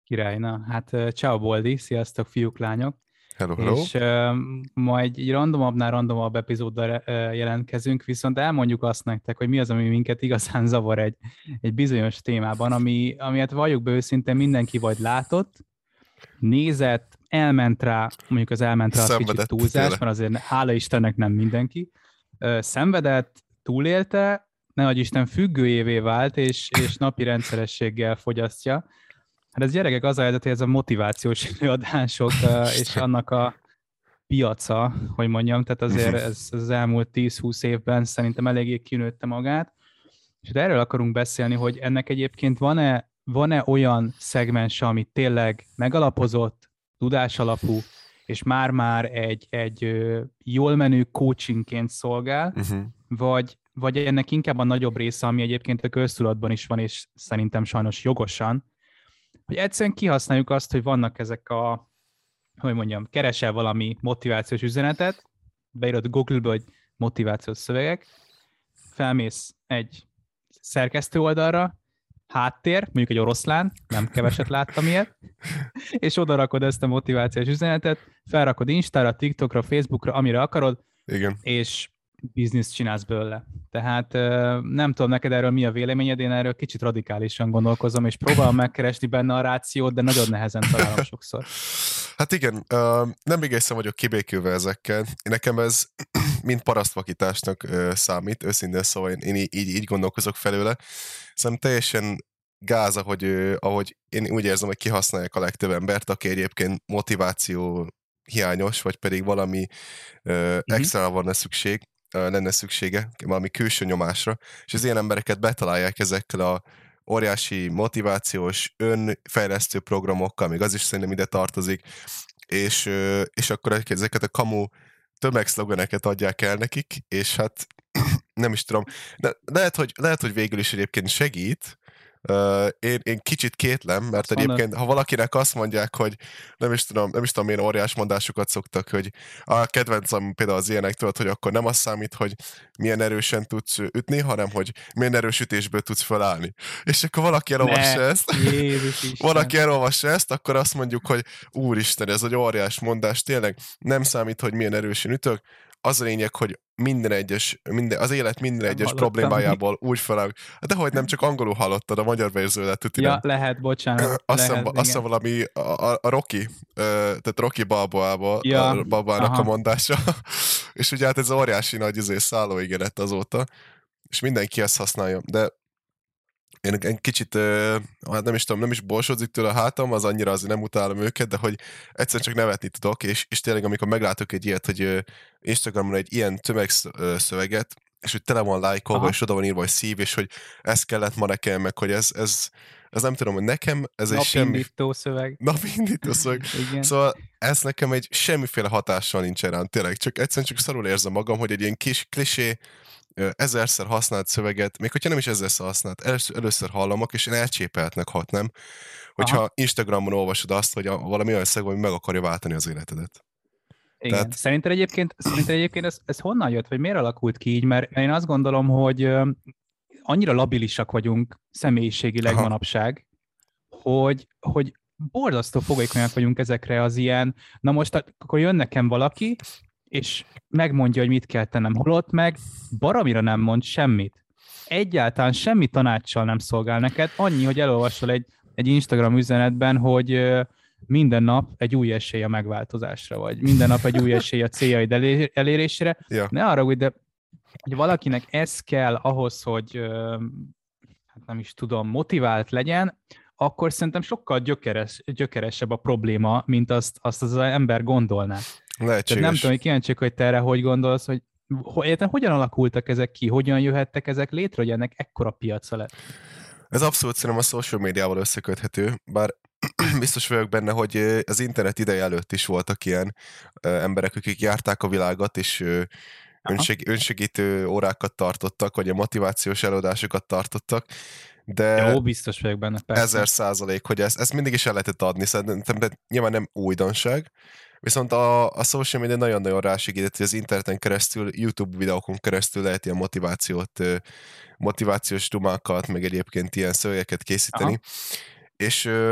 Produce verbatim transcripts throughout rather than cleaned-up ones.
Király, na, hát ö, ciao Boldi, sziasztok fiúk, lányok, Hello, hello. és uh, ma egy, egy randomabbnál randomabb epizóddal uh, jelentkezünk, viszont elmondjuk azt nektek, hogy mi az, ami minket igazán zavar egy, egy bizonyos témában, ami, amilyet valljuk be őszintén mindenki vagy látott, nézett, elment rá, mondjuk az elment rá az kicsit Szenvedett túlzás, tőle. mert azért hála Istennek nem mindenki, uh, szenvedett, túlélte, nehogy Isten függőjévé vált, és, és napi rendszerességgel fogyasztja. Hát ez gyerekek az a helyzet, hogy ez a motivációs előadások és annak a piaca, hogy mondjam, tehát azért ez, ez az elmúlt tíz-húsz évben szerintem eléggé kinőtte magát, és erről akarunk beszélni, hogy ennek egyébként van-e, van-e olyan szegmense, ami tényleg megalapozott, tudásalapú, és már-már egy, egy jól menő coachingként szolgál, uh-huh. vagy, vagy ennek inkább a nagyobb része, ami egyébként a köztudatban is van, és szerintem sajnos jogosan, hogy egyszerűen kihasználjuk azt, hogy vannak ezek a, hogy mondjam, keresel valami motivációs üzenetet, beírod Google-be, hogy motivációs szövegek, felmész egy szerkesztő oldalra, háttér, mondjuk egy oroszlán, nem keveset láttam ilyet, és odarakod ezt a motivációs üzenetet, felrakod Instára, TikTokra, Facebookra, amire akarod, Igen. és bizniszt csinálsz belőle. Tehát nem tudom neked erről mi a véleményed, én erről kicsit radikálisan gondolkozom, és próbálom megkeresni benne a rációt, de nagyon nehezen találom sokszor. Hát igen, uh, nem igazán vagyok kibékülve ezekkel. Nekem ez mind parasztvakításnak uh, számít, őszintén szóval én, én így, így gondolkozok felőle. Szerintem teljesen gáz, ahogy, uh, ahogy én úgy érzem, hogy kihasználják a legtöbb embert, aki egyébként motiváció hiányos, vagy pedig valami uh, uh-huh. extra van szükség, uh, lenne szüksége, valami külső nyomásra, és az ilyen embereket betalálják ezekkel a óriási motivációs, önfejlesztő programokkal, még az is szerintem ide tartozik, és, és akkor ezeket a kamu tömegszlogeneket adják el nekik, és hát nem is tudom, de lehet, hogy, lehet, hogy végül is egyébként segít. Uh, én, én kicsit kétlem, mert egyébként, ha valakinek azt mondják, hogy nem is tudom, nem is tudom, milyen óriás mondásokat szoktak, hogy a kedvencem például az ilyenek, tudod, hogy akkor nem az számít, hogy milyen erősen tudsz ütni, hanem hogy milyen erős ütésből tudsz felállni. És akkor valaki elolvassa ezt, valaki elolvassa ezt, akkor azt mondjuk, hogy úristen, ez egy óriás mondás, tényleg nem számít, hogy milyen erősen ütök, az a lényeg, hogy minden egyes, minden, az élet minden nem egyes problémájából mi? Úgy feláll. De hogy nem csak angolul hallottad, a magyar verzióját tuti, ja, nem? lehet, bocsánat. Azt hiszem valami a, a, a Rocky, tehát Rocky Balboából, ja, a Balboának a mondása. És ugye hát ez óriási nagy izé, szállóige lett azóta, és mindenki ezt használja. De én egy kicsit, hát nem is tudom, nem is borsódzik tőle a hátam, az annyira azért nem utálom őket, de hogy egyszerűen csak nevetni tudok, és, és tényleg amikor meglátok egy ilyet, hogy Instagramon egy ilyen tömegszöveget, és hogy tele van lájkolva, és oda van írva, hogy szív, és hogy ez kellett ma nekem, meg hogy ez, ez, ez nem tudom, hogy nekem ez egy semmi... Napindító szöveg. Napindító szöveg. Szóval ez nekem egy semmiféle hatással nincs rám, tényleg, csak egyszerűen csak szarul érzem magam, hogy egy ilyen kis klisé, ezerszer használt szöveget, még hogyha nem is ezerszer használt, először, először hallomok, és én elcsépeltnek hat, nem? Hogyha Aha. Instagramon olvasod azt, hogy a, valami olyan szeg, ami meg akarja váltani az életedet. Igen. Tehát... Szerinted egyébként, szerinted egyébként ez, ez honnan jött, vagy miért alakult ki így? Mert én azt gondolom, hogy uh, annyira labilisak vagyunk személyiségileg Aha. manapság, hogy, hogy borzasztó fogékonyak vagyunk ezekre az ilyen, na most akkor jön nekem valaki, és megmondja, hogy mit kell tennem. Holott meg baromira nem mond semmit. Egyáltalán semmi tanácssal nem szolgál neked, annyi, hogy elolvasol egy, egy Instagram üzenetben, hogy minden nap egy új esély a megváltozásra, vagy minden nap egy új esély a céljaid elérésére. Ja. Ne arra, hogy de hogy valakinek ez kell ahhoz, hogy hát nem is tudom, motivált legyen, akkor szerintem sokkal gyökeres, gyökeresebb a probléma, mint azt, azt az ember gondolná. Lehetséges. Tehát nem tudom, hogy kíváncsiak, hogy te erre hogy gondolsz, hogy hogyan alakultak ezek ki, hogyan jöhettek ezek létre, hogy ennek ekkora piaca lett? Ez abszolút szerintem a social médiával összeköthető, bár biztos vagyok benne, hogy az internet ideje előtt is voltak ilyen emberek, akik járták a világot, és önseg, önsegítő órákat tartottak, vagy a motivációs előadásokat tartottak, de jó, biztos vagyok benne, persze. Ezer százalék, hogy ezt, ezt mindig is el lehetett adni, szerintem, de nyilván nem újdonság, viszont a, a social media nagyon-nagyon rásegített, hogy az interneten keresztül, YouTube videókon keresztül lehet ilyen motivációt, motivációs dumákat, meg egyébként ilyen szövegeket készíteni, Aha. és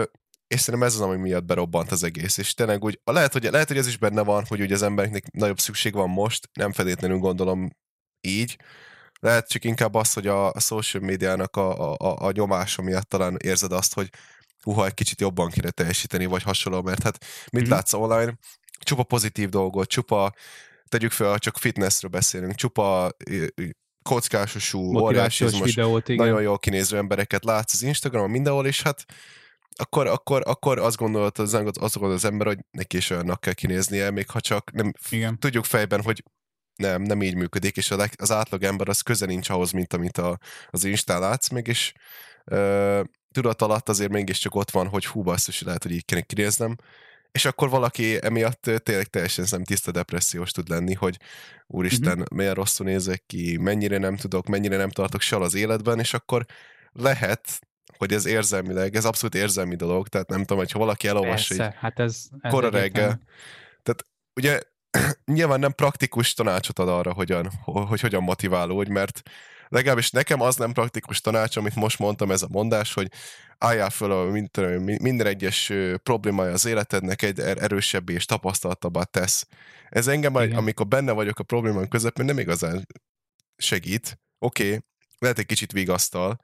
és szerintem ez az, ami miatt berobbant az egész, és tényleg úgy, lehet, hogy, lehet, hogy ez is benne van, hogy ugye az embereknek nagyobb szükség van most, nem feltétlenül gondolom így, lehet csak inkább az, hogy a, a social médiának a, a, a nyomása miatt talán érzed azt, hogy huha, egy kicsit jobban kéne teljesíteni, vagy hasonló, mert hát mit mm-hmm. látsz online? Csupa pozitív dolgot, csupa, tegyük fel, csak fitnessről beszélünk, csupa kockásosú, óriásizmus, nagyon jól kinéző embereket látsz az Instagramon mindenhol, és hát akkor, akkor, akkor azt gondolod az, azt gondolod az ember, hogy neki is olyannak kell kinéznie, még ha csak nem igen. Tudjuk fejben, hogy nem, nem így működik, és a leg, az átlag ember az köze nincs ahhoz, mint amit a, az Instán látsz, mégis uh, tudat alatt azért mégiscsak ott van, hogy hú, basszus, lehet, hogy így kéne kinéznem, és akkor valaki emiatt tényleg teljesen nem tiszta depressziós tud lenni, hogy úristen, uh-huh. milyen rosszul nézek ki, mennyire nem tudok, mennyire nem tartok se az életben, és akkor lehet, hogy ez érzelmileg, ez abszolút érzelmi dolog, tehát nem tudom, hogyha valaki elolvassa így hát ez, ez kora reggel. Tehát ugye nyilván nem praktikus tanácsot ad arra, hogyan, hogy hogyan motiválódj, mert legalábbis nekem az nem praktikus tanács, amit most mondtam, ez a mondás, hogy álljál föl minden egyes problémája az életednek egy erősebbé és tapasztaltabbá tesz. Ez engem, igen. Amikor benne vagyok a problémám közepén, nem igazán segít. Oké, okay, lehet egy kicsit vigasztal,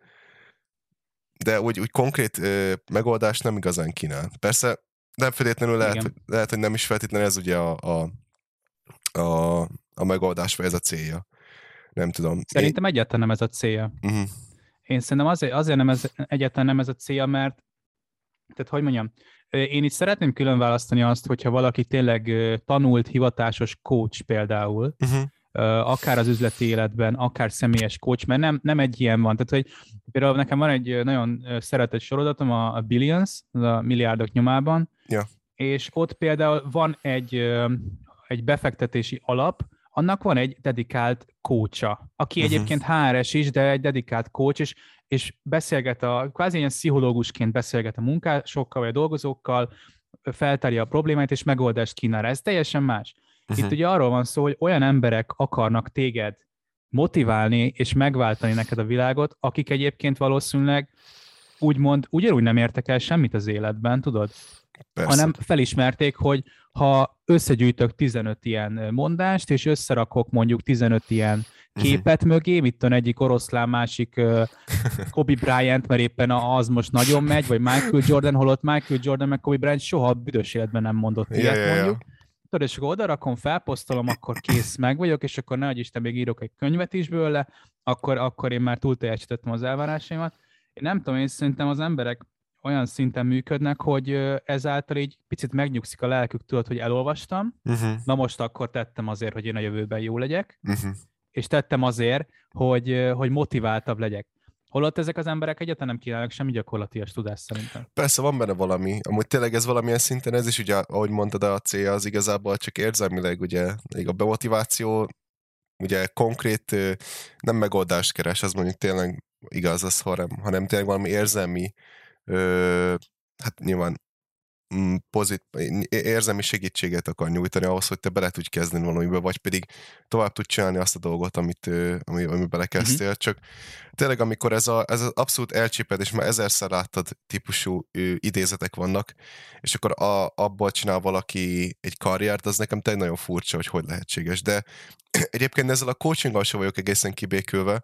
de úgy, úgy konkrét ö, megoldást nem igazán kínál. Persze nem feltétlenül lehet, hogy, lehet, hogy nem is feltétlenül ez ugye a, a, a, a megoldás, vagy ez a célja. Nem tudom. Szerintem Én... egyáltalán nem ez a célja. Uh-huh. Én szerintem azért, azért nem ez, egyáltalán nem ez a célja, mert tehát hogy mondjam, én itt szeretném külön választani azt, hogyha valaki tényleg tanult, hivatásos coach például, uh-huh. akár az üzleti életben, akár személyes coach, mert nem, nem egy ilyen van. Tehát, hogy például nekem van egy nagyon szeretett sorozatom, a Billions, a milliárdok nyomában, ja. és ott például van egy, egy befektetési alap, annak van egy dedikált coacha, aki uh-huh. egyébként há er es is, de egy dedikált coach, és, és beszélget a, kvázi ilyen pszichológusként beszélget a munkásokkal, vagy a dolgozókkal, feltárja a problémáit, és megoldást kínál. Ez teljesen más. Uh-huh. Itt ugye arról van szó, hogy olyan emberek akarnak téged motiválni, és megváltani neked a világot, akik egyébként valószínűleg úgymond ugyanúgy nem értek el semmit az életben, tudod? Persze. Hanem felismerték, hogy ha összegyűjtök tizenöt ilyen mondást, és összerakok mondjuk tizenöt ilyen képet uh-huh. mögé, mit tudom, egyik oroszlán, másik uh, Kobe Bryant, mert éppen az most nagyon megy, vagy Michael Jordan, holott Michael Jordan meg Kobe Bryant soha büdös életben nem mondott yeah, ilyet, yeah, mondjuk. Yeah. Tudod, és akkor odarakom, felposztolom, akkor kész, meg vagyok, és akkor nehogy Isten még írok egy könyvet is bőle, akkor, akkor én már túl teljesítettem az elvárásaimat. Én nem tudom, én szerintem az emberek olyan szinten működnek, hogy ezáltal így picit megnyugszik a lelkük, tudod, hogy elolvastam, uh-huh. na most akkor tettem azért, hogy én a jövőben jó legyek, uh-huh. és tettem azért, hogy, hogy motiváltabb legyek. Holott ezek az emberek egyáltalán nem kínálnak semmi gyakorlatias tudást szerintem. Persze van benne valami. Amúgy tényleg ez valamilyen szinten, ez is ugye, ahogy mondtad, a célja az igazából csak érzelmileg, ugye, a bemotiváció, ugye konkrét nem megoldást keres, az mondjuk tényleg igaz az, hanem, hanem tényleg valami érzelmi, ö, hát nyilván pozit, érzelmi segítséget akar nyújtani ahhoz, hogy te bele tudj kezdeni valamibe, vagy pedig tovább tudj csinálni azt a dolgot, amit, ami, ami belekezdtél. Uh-huh. Csak tényleg, amikor ez, a, ez az abszolút elcséped, és már ezerszer láttad típusú ő, idézetek vannak, és akkor a, abból csinál valaki egy karriert, az nekem tényleg nagyon furcsa, hogy hogy lehetséges. De egyébként ezzel a coachinggal sem vagyok egészen kibékülve.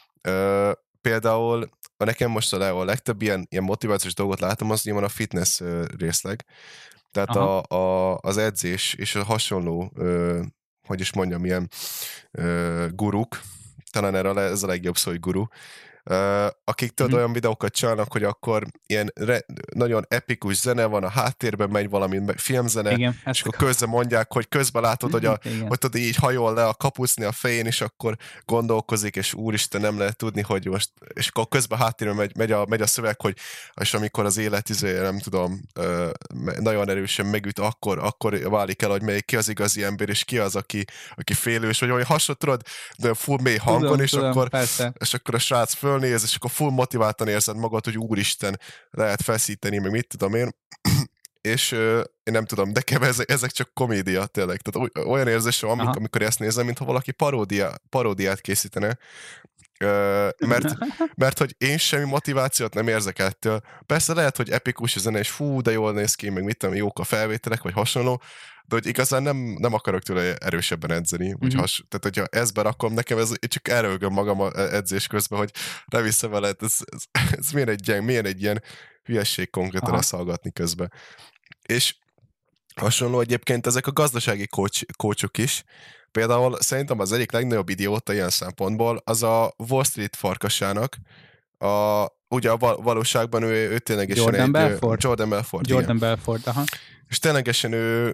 Ö, például nekem most a, a legtöbb ilyen, ilyen motivációs dolgot látom, az nyilván a fitness uh, részleg. Tehát a, a, az edzés és a hasonló, uh, hogy is mondjam, ilyen uh, guruk, talán erre ez a legjobb szó, hogy guru, uh, akik tudod mm-hmm. olyan videókat csinálnak, hogy akkor ilyen re, nagyon epikus zene van, a háttérben megy valami filmzene, igen, és akkor közben mondják, hogy közben látod, hogy, a, hogy tudod, így hajol le a kapucni a fején, és akkor gondolkozik, és úristen, nem lehet tudni, hogy most, és akkor közben háttérben megy, megy, a, megy a szöveg, hogy és amikor az élet, izé, nem tudom, uh, nagyon erősen megüt, akkor, akkor válik el, hogy melyik ki az igazi ember, és ki az, aki, aki félős, vagy olyan hasonló, tudod, de full mély hangon, tudom, és, tudom, akkor, és akkor a srác fölnéz, és akkor full motiváltan érzed magad, hogy úristen, lehet feszíteni, meg mit tudom én, és uh, én nem tudom, de keve, ezek, ezek csak komédia tényleg. Tehát olyan érzésem van, amikor ezt nézem, mintha valaki paródia, paródiát készítene, mert, mert hogy én semmi motivációt nem érzek ettől. Persze lehet, hogy epikus a zene, és fú, de jól néz ki, meg mit tudom, jók a felvételek, vagy hasonló, de hogy igazán nem, nem akarok tőle erősebben edzeni. Vagy mm-hmm. has, tehát, hogyha ezt berakom nekem, ez, én csak erőlgöm magam a edzés közben, hogy ne vissza vele, ez, ez, ez milyen, egy ilyen, milyen egy ilyen hülyesség konkrétan leszallgatni közben. És hasonló egyébként ezek a gazdasági coach, coachok is. Például szerintem az egyik legnagyobb idióta ilyen szempontból az a Wall Street farkasának, a, ugye a valóságban ő, ő ténylegesen Jordan egy... Belfort? Jordan Belfort, Jordan igen. Belfort, aha. És ténylegesen ő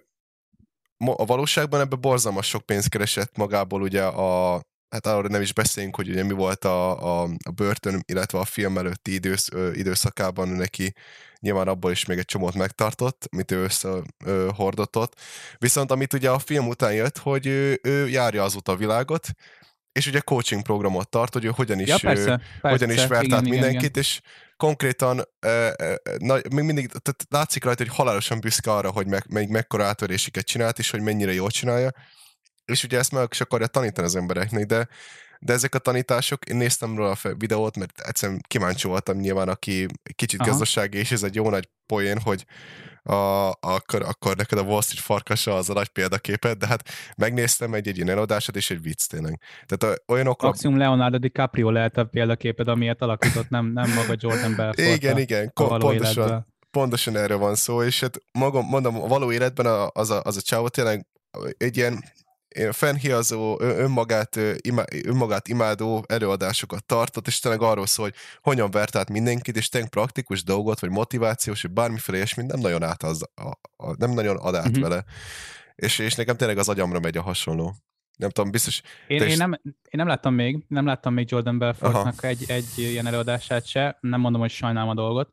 a valóságban ebben borzalmas sok pénzt keresett magából, ugye a... Hát arra nem is beszéljünk, hogy ugye mi volt a, a, a börtön, illetve a film előtti idősz, ö, időszakában neki nyilván abból is még egy csomót megtartott, amit ő összehordott. Viszont amit ugye a film után jött, hogy ő, ő járja azóta a világot, és ugye coaching programot tart, hogy ő hogyan is, ja, persze, ő, persze, hogyan is vert igen, át igen, mindenkit, igen. és konkrétan e, e, na, még mindig tehát látszik rajta, hogy halálosan büszke arra, hogy meg, meg mekkora átöréseket csinált, és hogy mennyire jól csinálja. És ugye ezt meg is akarja tanítani az embereknek, de, de ezek a tanítások, én néztem róla a videót, mert egyszerűen kíváncsi voltam nyilván, aki kicsit Aha. gazdasági, és ez egy jó nagy poén, hogy a, akkor, akkor neked a Wall Street farkasa az a nagy példaképet, de hát megnéztem egy, egy ilyen előadását, és egy vicc tényleg. Tehát olyanokra... Maximum Leonardo DiCaprio lehet a példaképed, amiért alakított, nem, nem maga Jordan Belfort. Igen, igen, pontosan, pontosan erről van szó, és hát magam, mondom, a való életben a, az a, az a csávó tényleg egy ilyen fennhíjazó, önmagát, önmagát imádó előadásokat tartott, és tényleg arról szól, hogy hogyan vert át mindenkit, és tényleg praktikus dolgot, vagy motivációs, vagy bármiféle ilyesmit nem nagyon át az, a, a, nem nagyon ad át uh-huh. vele. És, és nekem tényleg az agyamra megy a hasonló. Nem tudom, biztos... Én, én, is... nem, én nem láttam még, nem láttam még Jordan Belfortnak egy, egy ilyen előadását se, nem mondom, hogy sajnálom a dolgot,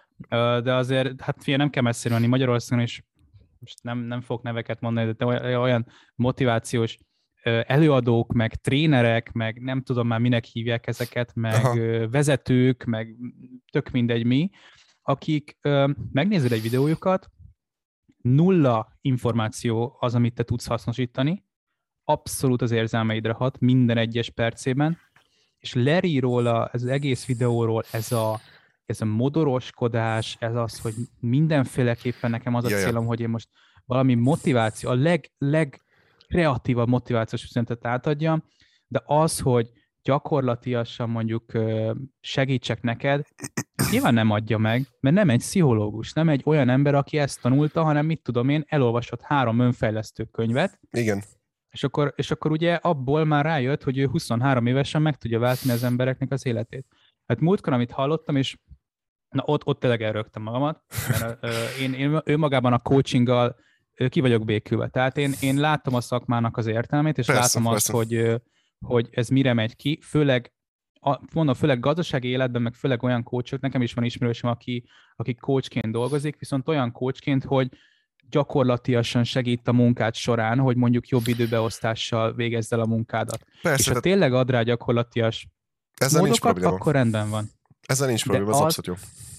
de azért, hát figyelj, nem kell messzire menni, Magyarországon is most nem, nem fogok neveket mondani, de olyan motivációs előadók, meg trénerek, meg nem tudom már minek hívják ezeket, meg Aha. vezetők, meg tök mindegy mi, akik megnézed egy videójukat, nulla információ az, amit te tudsz hasznosítani, abszolút az érzelmeidre hat minden egyes percében, és lerír róla az egész videóról ez a ez a modoroskodás, ez az, hogy mindenféleképpen nekem az a Jaja. célom, hogy én most valami motiváció, a leg, legkreatívabb motivációs üzenetet átadjam, de az, hogy gyakorlatiasan mondjuk segítsek neked, nyilván nem adja meg, mert nem egy pszichológus, nem egy olyan ember, aki ezt tanulta, hanem mit tudom én, elolvasott három önfejlesztő könyvet, Igen. És akkor, és akkor ugye abból már rájött, hogy ő huszonhárom évesen meg tudja váltani az embereknek az életét. Hát múltkor, amit hallottam, és na ott, ott tényleg elrögtem magamat, mert ö, én, én önmagában a coachinggal ö, ki vagyok békülve. Tehát én, én látom a szakmának az értelmét, és persze, látom persze. azt, hogy, ö, hogy ez mire megy ki, főleg, a, mondom, főleg gazdasági életben, meg főleg olyan coachok, nekem is van ismerősöm, aki, aki coachként dolgozik, viszont olyan coachként, hogy gyakorlatilag segít a munkád során, hogy mondjuk jobb időbeosztással végezd el a munkádat. Persze, és ha tehát... tényleg ad rá gyakorlatilag módokat, akkor rendben van. Ezzel nincs probléma, az abszolút jó.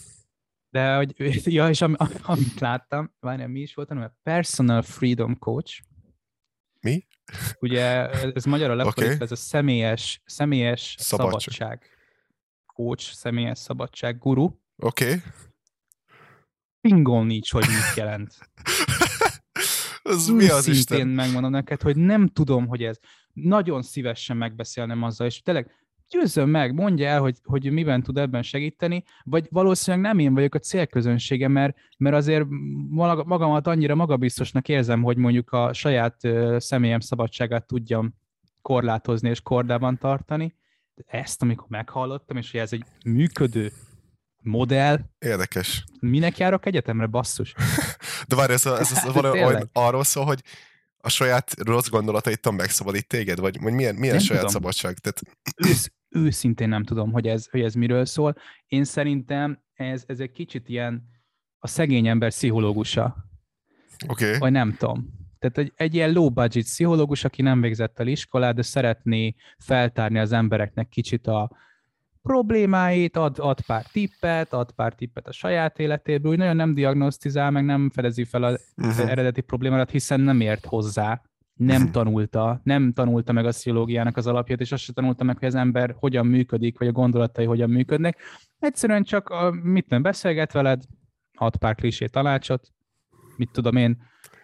De, hogy, ja, és am, amit láttam, várjál, mi is volt, a Personal Freedom Coach. Mi? Ugye, ez magyarul lefordítva, okay. ez a személyes, személyes szabadság. szabadság. Coach, személyes szabadság, guru. Oké. Okay. Pingol nincs, hogy mit jelent. Ez mi az Isten? Szintén megmondom neked, hogy nem tudom, hogy ez. Nagyon szívesen megbeszélnem azzal, és tényleg győzzön meg, mondja el, hogy, hogy miben tud ebben segíteni, vagy valószínűleg nem én vagyok a célközönsége, mert, mert azért magamat annyira magabiztosnak érzem, hogy mondjuk a saját személyem szabadságát tudjam korlátozni és kordában tartani. De ezt, amikor meghallottam, és hogy ez egy működő modell. Érdekes. Minek járok egyetemre, basszus? De várj, ez, ez, ez valami arról szól, hogy a saját rossz gondolataitól megszabadít téged? Vagy, vagy milyen, milyen saját tudom. szabadság? Tehát... Ősz, őszintén nem tudom, hogy ez, hogy ez miről szól. Én szerintem ez, ez egy kicsit ilyen a szegény ember pszichológusa. Oké. Okay. Vagy nem tudom. Tehát egy, egy ilyen low budget pszichológus, aki nem végzett el iskolát, de szeretné feltárni az embereknek kicsit a problémáit, ad, ad pár tippet, ad pár tippet a saját életéből, úgy nagyon nem diagnosztizál, meg nem fedezi fel az uh-huh. eredeti problémát, hiszen nem ért hozzá. nem Uh-huh. tanulta, nem tanulta meg a pszichológiának az alapját, és azt sem tanulta meg, hogy az ember hogyan működik, vagy a gondolatai hogyan működnek. Egyszerűen csak, a, mit nem beszélget veled, hat pár klisé tanácsot, mit tudom én,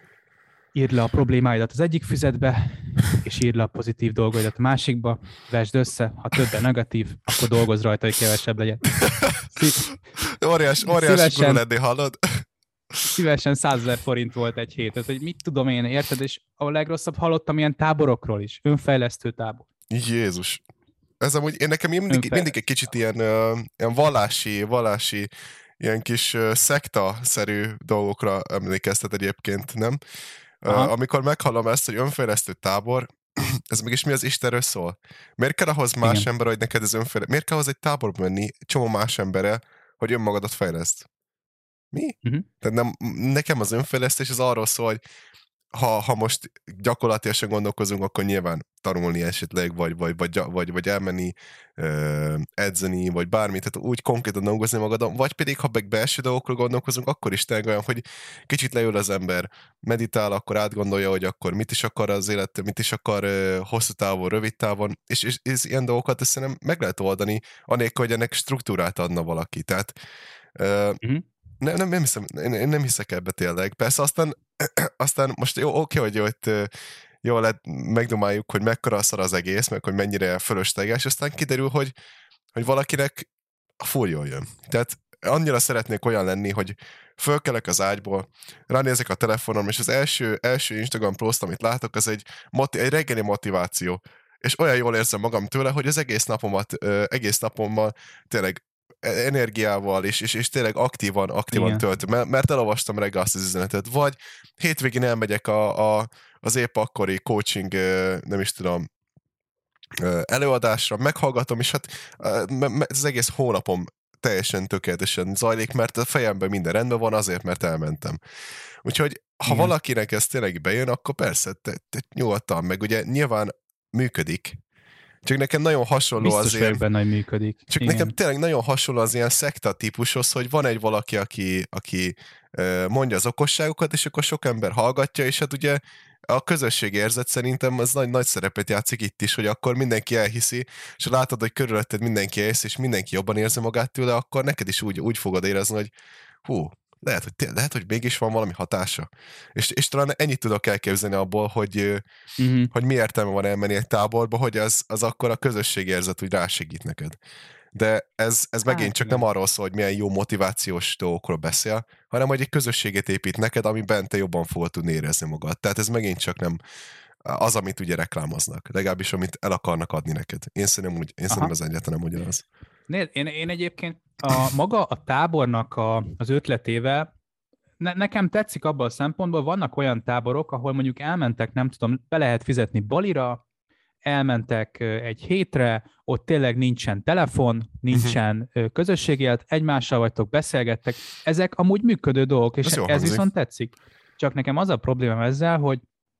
írd le a problémáidat az egyik füzetbe, és írd le a pozitív dolgaidat a másikba, vesd össze, ha többen negatív, akkor dolgozz rajta, hogy kevesebb legyen. Szí- Óriás, óriás guru lenni, hallod? Szívesen százezer forint volt egy hét. Tehát, hogy mit tudom én, érted? És a legrosszabb hallottam ilyen táborokról is. Önfejlesztő tábor. Jézus. Ez amúgy, én nekem mindig, Önfejlesztő mindig egy kicsit ilyen, uh, ilyen vallási, vallási, ilyen kis uh, szekta-szerű dolgokra emlékeztet egyébként, nem? Uh, amikor meghallom ezt, hogy önfejlesztő tábor, ez mégis mi az Istenről szól? Miért kell ahhoz más Igen. ember, hogy neked ez önfejlesztő? Miért kell ahhoz egy táborba menni, csomó más emberrel, hogy önmagadat fejleszt? Mi? Uh-huh. Tehát nem, nekem az önfejlesztés az arról szól, hogy ha, ha most gyakorlatilag gondolkozunk, akkor nyilván tanulni esetleg, vagy, vagy, vagy, vagy, vagy elmenni, uh, edzeni, vagy bármit, tehát úgy konkrétan dolgozni magadon, vagy pedig, ha meg belső dolgokról gondolkozunk, akkor is tényleg olyan, hogy kicsit leül az ember, meditál, akkor átgondolja, hogy akkor mit is akar az élet, mit is akar uh, hosszú távon, rövid távon, és, és, és ilyen dolgokat ezt szerintem meg lehet oldani, anélkül, hogy ennek struktúrát adna valaki. Tehát uh, Uh-huh. nem, nem, nem, hiszem, én, én nem hiszek ebbe tényleg. Persze aztán, aztán most jó, oké, hogy hogy jól lehet, megdomáljuk, hogy mekkora szar az egész, meg hogy mennyire fölösleges, aztán kiderül, hogy, hogy valakinek full jól jön. Tehát annyira szeretnék olyan lenni, hogy fölkelek az ágyból, ránézek a telefonom, és az első, első Instagram post, amit látok, az egy, moti- egy reggeli motiváció. És olyan jól érzem magam tőle, hogy az egész napomat, egész napommal tényleg energiával, és, és, és tényleg aktívan, aktívan töltöm, mert, mert elolvastam reggel azt az üzenetet. Vagy hétvégén elmegyek a, a, az épp akkori coaching, nem is tudom, előadásra, meghallgatom, és hát ez egész hónapom teljesen tökéletesen zajlik, mert a fejemben minden rendben van, azért, mert elmentem. Úgyhogy, ha igen, valakinek ez tényleg bejön, akkor persze, te, te nyugodtan, meg ugye nyilván működik. Csak nekem nagyon hasonló biztos az vagyok ilyen... benne, hogy működik. Csak igen. nekem tényleg nagyon hasonló az ilyen szekta típushoz, hogy van egy valaki, aki, aki mondja az okosságokat, és akkor sok ember hallgatja, és hát ugye a közösségérzet szerintem az nagy, nagy szerepet játszik itt is, hogy akkor mindenki elhiszi, és ha látod, hogy körülötted mindenki elhiszi, és mindenki jobban érzi magát tőle, akkor neked is úgy, úgy fogod érezni, hogy hú, lehet, hogy, lehet, hogy mégis van valami hatása. És, és talán ennyit tudok elképzelni abból, hogy, uh-huh. hogy mi értelme van elmenni egy táborba, hogy az, az akkor a közösségérzet úgy rásegít neked. De ez, ez hát, megint csak igen. nem arról szól, hogy milyen jó motivációs dolgokról beszél, hanem hogy egy közösséget épít neked, amiben te jobban fogod tudni érezni magad. Tehát ez megint csak nem az, amit ugye reklámoznak. Legalábbis, amit el akarnak adni neked. Én szerintem, úgy, én szerintem ez egyáltalán nem ugyanaz. Nézd, én, én egyébként a maga a tábornak a, az ötletével ne, nekem tetszik abban a szempontból, vannak olyan táborok, ahol mondjuk elmentek, nem tudom, be lehet fizetni Balira, elmentek egy hétre, ott tényleg nincsen telefon, nincsen uh-huh. közösségélet, egymással vagytok, beszélgettek. Ezek amúgy működő dolgok, és ez, ez viszont tetszik. Csak nekem az a problémám ezzel, hogy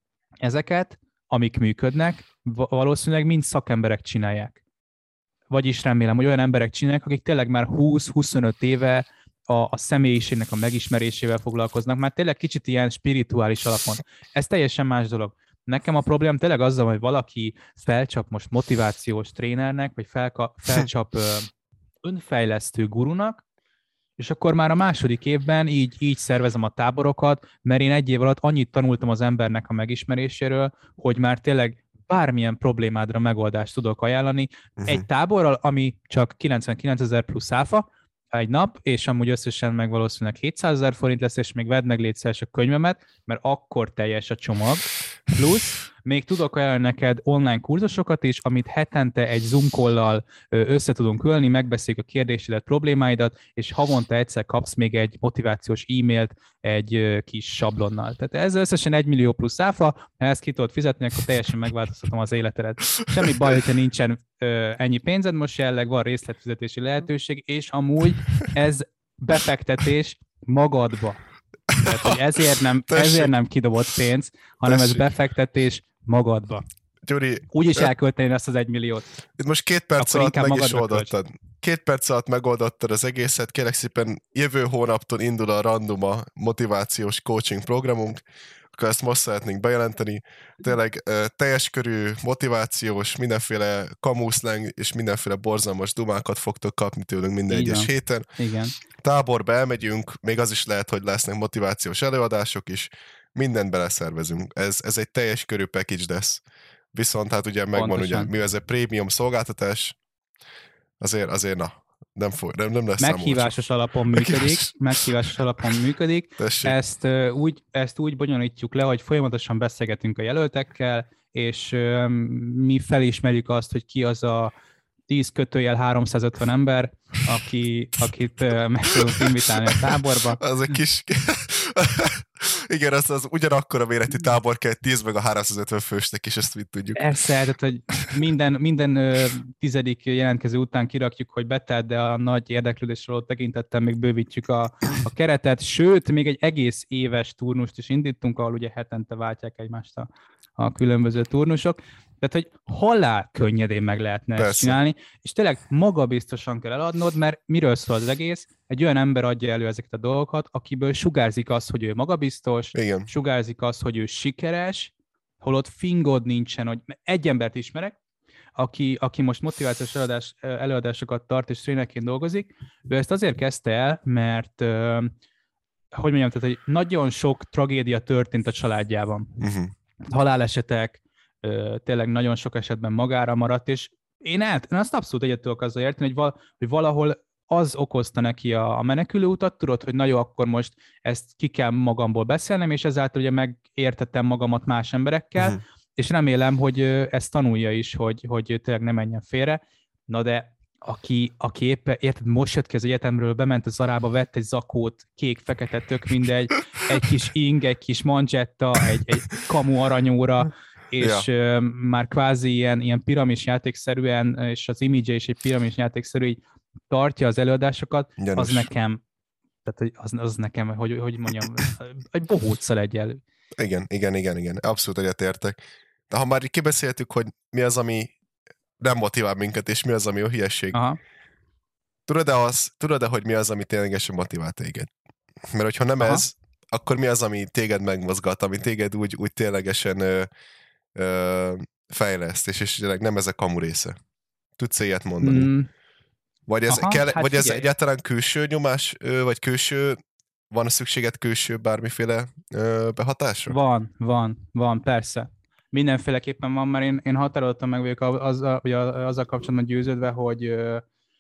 ezeket, amik működnek, valószínűleg mind szakemberek csinálják. Vagyis remélem, hogy olyan emberek csinálják, akik tényleg már húsz-huszonöt éve a, a személyiségnek a megismerésével foglalkoznak, már tényleg kicsit ilyen spirituális alapon. Ez teljesen más dolog. Nekem a problémám tényleg azzal, hogy valaki felcsap most motivációs trénernek, vagy felka, felcsap ö, önfejlesztő gurunak, és akkor már a második évben így, így szervezem a táborokat, mert én egy év alatt annyit tanultam az embernek a megismeréséről, hogy már tényleg bármilyen problémádra megoldást tudok ajánlani. Uh-huh. Egy táborral, ami csak kilencvenkilencezer plusz áfa, egy nap, és amúgy összesen meg valószínűleg hétszázezer forint lesz, és még vedd meg létszeres a könyvemet, mert akkor teljes a csomag. Plusz még tudok ajánlani neked online kurzusokat is, amit hetente egy Zoom call-lal össze tudunk ülni, megbeszéljük a kérdésedet, problémáidat, és havonta egyszer kapsz még egy motivációs e-mailt egy kis sablonnal. Tehát ez összesen egy millió plusz áfa, ha ezt ki tudod fizetni, akkor teljesen megváltoztatom az életedet. Semmi baj, hogyha nincsen ö, ennyi pénzed, most jelenleg van részletfizetési lehetőség, és amúgy ez befektetés magadba. Tehát, hogy ezért nem, ezért nem kidobott pénz, hanem Tessék. Ez befektetés magadba. Gyuri, úgyis elkölteni azt az egy milliót. Itt most két perc alatt meg is oldottad. Két perc alatt megoldottad az egészet. Kérlek szépen, jövő hónaptól indul a Randuma motivációs coaching programunk. akkor ezt most szeretnénk bejelenteni. Tényleg teljes körű, motivációs, mindenféle kamuszleng és mindenféle borzalmas dumákat fogtok kapni tőlünk minden Így egyes van. héten. Igen. Táborba elmegyünk, még az is lehet, hogy lesznek motivációs előadások is, mindent beleszervezünk. Ez, ez egy teljes körű package lesz. Viszont hát ugye megvan, Pontosan. ugye, mi ez egy prémium szolgáltatás, azért, azért na, nem, fog, nem, nem lesz Meghívásos alapon működik, meghívásos alapon működik. Ezt, uh, úgy, ezt úgy bonyolítjuk le, hogy folyamatosan beszélgetünk a jelöltekkel, és uh, mi felismerjük azt, hogy ki az a tíz kötőjel háromszázötven ember, aki, akit uh, meg tudunk invitálni a táborba. Az egy kis... Igen, az, az ugyanakkor a méretű tábor kell tíz meg a háromszázötven fősnek, és ezt mit tudjuk. Persze, tehát, hogy minden, minden ö, tizedik jelentkező után kirakjuk, hogy betelt, de a nagy érdeklődésre való tekintettel még bővítjük a, a keretet, sőt, még egy egész éves turnust is indítunk, ahol ugye hetente váltják egymást a, a különböző turnusok. Tehát, hogy halál könnyedén meg lehetne Persze. ezt csinálni, és tényleg magabiztosan kell eladnod, mert miről szól az egész? Egy olyan ember adja elő ezeket a dolgokat, akiből sugárzik az, hogy ő magabiztos, Igen. sugárzik az, hogy ő sikeres, holott fingod nincsen, hogy egy embert ismerek, aki, aki most motivációs előadás, előadásokat tart és trénerként dolgozik, ő ezt azért kezdte el, mert hogy mondjam, tehát, hogy nagyon sok tragédia történt a családjában. Uh-huh. Halálesetek, tényleg nagyon sok esetben magára maradt, és én, el, én azt abszolút egyet tudok azzal érteni, hogy, val, hogy valahol az okozta neki a, a menekülő utat, tudod, hogy na jó, akkor most ezt ki kell magamból beszélnem, és ezáltal ugye megértettem magamat más emberekkel, uh-huh. és remélem, hogy ezt tanulja is, hogy, hogy tényleg ne menjen félre. Na de aki, aki éppen, érted, most jött ki az egyetemről, bement a Zarába, vett egy zakót, kék, fekete, tök mindegy, egy kis ing, egy kis manzsetta, egy, egy kamu aranyóra, és ja. uh, már kvázi ilyen, ilyen piramis játékszerűen, és az image is egy piramis játékszerű, így tartja az előadásokat, Gyanús. az nekem, tehát az, az nekem, hogy, hogy mondjam, egy bohóccal egyelő. Igen, igen, igen, igen, abszolút egyetértek. De ha már így kibeszéltük, hogy mi az, ami nem motivál minket, és mi az, ami a hülyesség. Aha. Tudod-e, az, tudod-e, hogy mi az, ami ténylegesen motivál téged? Mert hogyha nem Aha. ez, akkor mi az, ami téged megmozgat, ami téged úgy, úgy ténylegesen ö, ö, fejleszt, és, és nem ez a kamu része. Tudsz ilyet mondani? Mm. Vagy ez, Aha, kell, hát vagy ez egyáltalán külső nyomás, vagy külső, van a szükséged külső bármiféle ö, behatásra? Van, van, van, persze. Mindenféleképpen van, mert én, én határozottan meg vagyok azzal, azzal kapcsolatban győződve, hogy ö,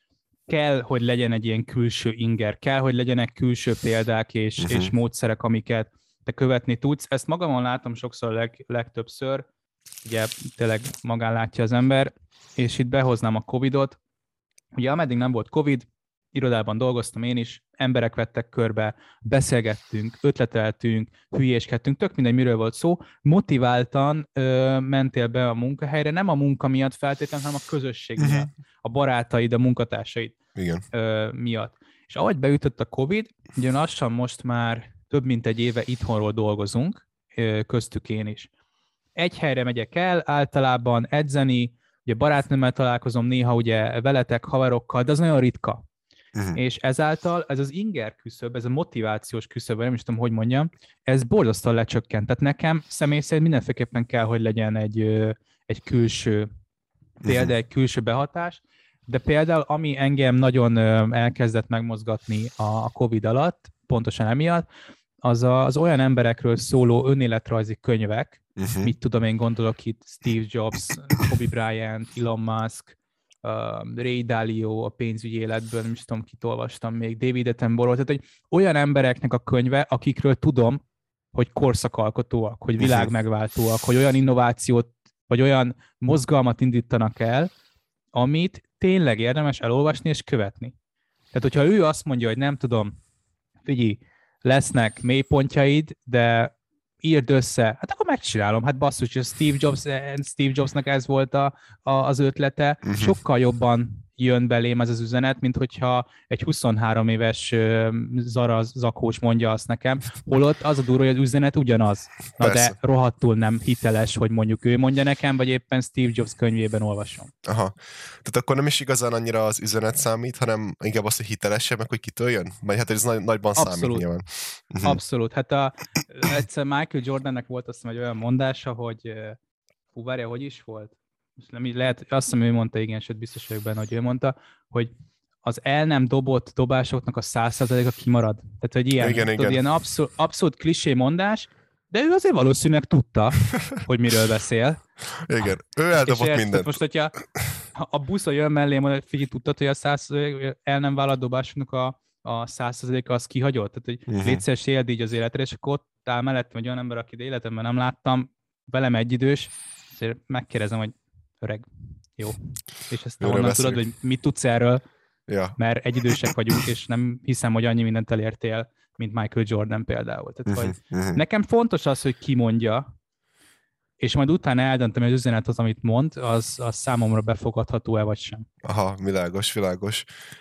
kell, hogy legyen egy ilyen külső inger, kell, hogy legyenek külső példák és, uh-huh. és módszerek, amiket te követni tudsz. Ezt magamon látom sokszor leg, legtöbbször, ugye tényleg magán látja az ember, és itt behoznám a Covidot. Ugye ameddig nem volt Covid, irodában dolgoztam én is, emberek vettek körbe, beszélgettünk, ötleteltünk, hülyéskedtünk, tök mindegy, miről volt szó, motiváltan ö, mentél be a munkahelyre, nem a munka miatt feltétlenül, hanem a közösség uh-huh. miatt, a barátaid, a munkatársaid Igen. Ö, miatt. És ahogy beütött a Covid, ugye lassan most már több mint egy éve itthonról dolgozunk, ö, köztük én is. Egy helyre megyek el, általában edzeni, ugye barátnőmmel találkozom néha ugye veletek, haverokkal, de az nagyon ritka. Uh-huh. És ezáltal ez az inger küszöb, ez a motivációs küszöb, nem is tudom, hogy mondjam, ez borzasztóan lecsökkent. Tehát nekem személy szerint mindenféleképpen kell, hogy legyen egy, egy külső példa, uh-huh. egy külső behatás, de például ami engem nagyon elkezdett megmozgatni a Covid alatt, pontosan emiatt, az a, az olyan emberekről szóló önéletrajzi könyvek, uh-huh. mit tudom én, gondolok itt Steve Jobs, Kobe Bryant, Elon Musk, uh, Ray Dalio a pénzügyi életből, nem is tudom, kit olvastam még, David Attenborough, tehát hogy olyan embereknek a könyve, akikről tudom, hogy korszakalkotóak, hogy világmegváltóak, hogy olyan innovációt, vagy olyan mozgalmat indítanak el, amit tényleg érdemes elolvasni és követni. Tehát, hogyha ő azt mondja, hogy nem tudom, figyelj, lesznek mélypontjaid, de írd össze, hát akkor megcsinálom, hát basszus, hogy Steve Jobs, Steve Jobsnak ez volt a, a, az ötlete, uh-huh. sokkal jobban jön belém ez az üzenet, mint hogyha egy huszonhárom éves uh, Zara zakós mondja azt nekem, holott az a durva, hogy az üzenet ugyanaz. Na Persze. de rohadtul nem hiteles, hogy mondjuk ő mondja nekem, vagy éppen Steve Jobs könyvében olvasom. Aha. Tehát akkor nem is igazán annyira az üzenet számít, hanem inkább az, hogy hitelesebb, meg hogy kitől jön? Vagy hát ez nagy, nagyban Abszolút. számít nyilván. Uh-huh. Abszolút. Hát a, egyszer Michael Jordannek volt azt hiszem egy olyan mondása, hogy hú, várja, hogy is volt? Most nem így lehet, azt hiszem, ő mondta, igen, sőt biztos vagyok benne, hogy ő mondta, hogy az el nem dobott dobásoknak a száz százaléka kimarad. Tehát, hogy ilyen, igen, tudod, igen. ilyen abszol, abszolút klisé mondás, de ő azért valószínűleg tudta, hogy miről beszél. Igen, ő eldobott és mindent. Most, hogyha a buszon jön mellé, mondja, figyelj, tudtad, hogy a száz el nem vállalt dobásoknak a, a száz százaléka az kihagyott? Tehát, hogy uh-huh. létszeres éld így az életre, és akkor ott áll mellettem egy olyan ember, akit életemben nem láttam, velem egyidős, azért megkérdezem, hogy öreg, jó. És ezt te honnan tudod, hogy mit tudsz erről, ja. mert egyidősek vagyunk, és nem hiszem, hogy annyi mindent elértél, mint Michael Jordan például. Tehát, uh-huh, hogy uh-huh. nekem fontos az, hogy ki mondja, és majd utána eldöntöm, hogy az üzenet az, amit mond, az, az számomra befogadható-e, vagy sem. Aha, világos, világos.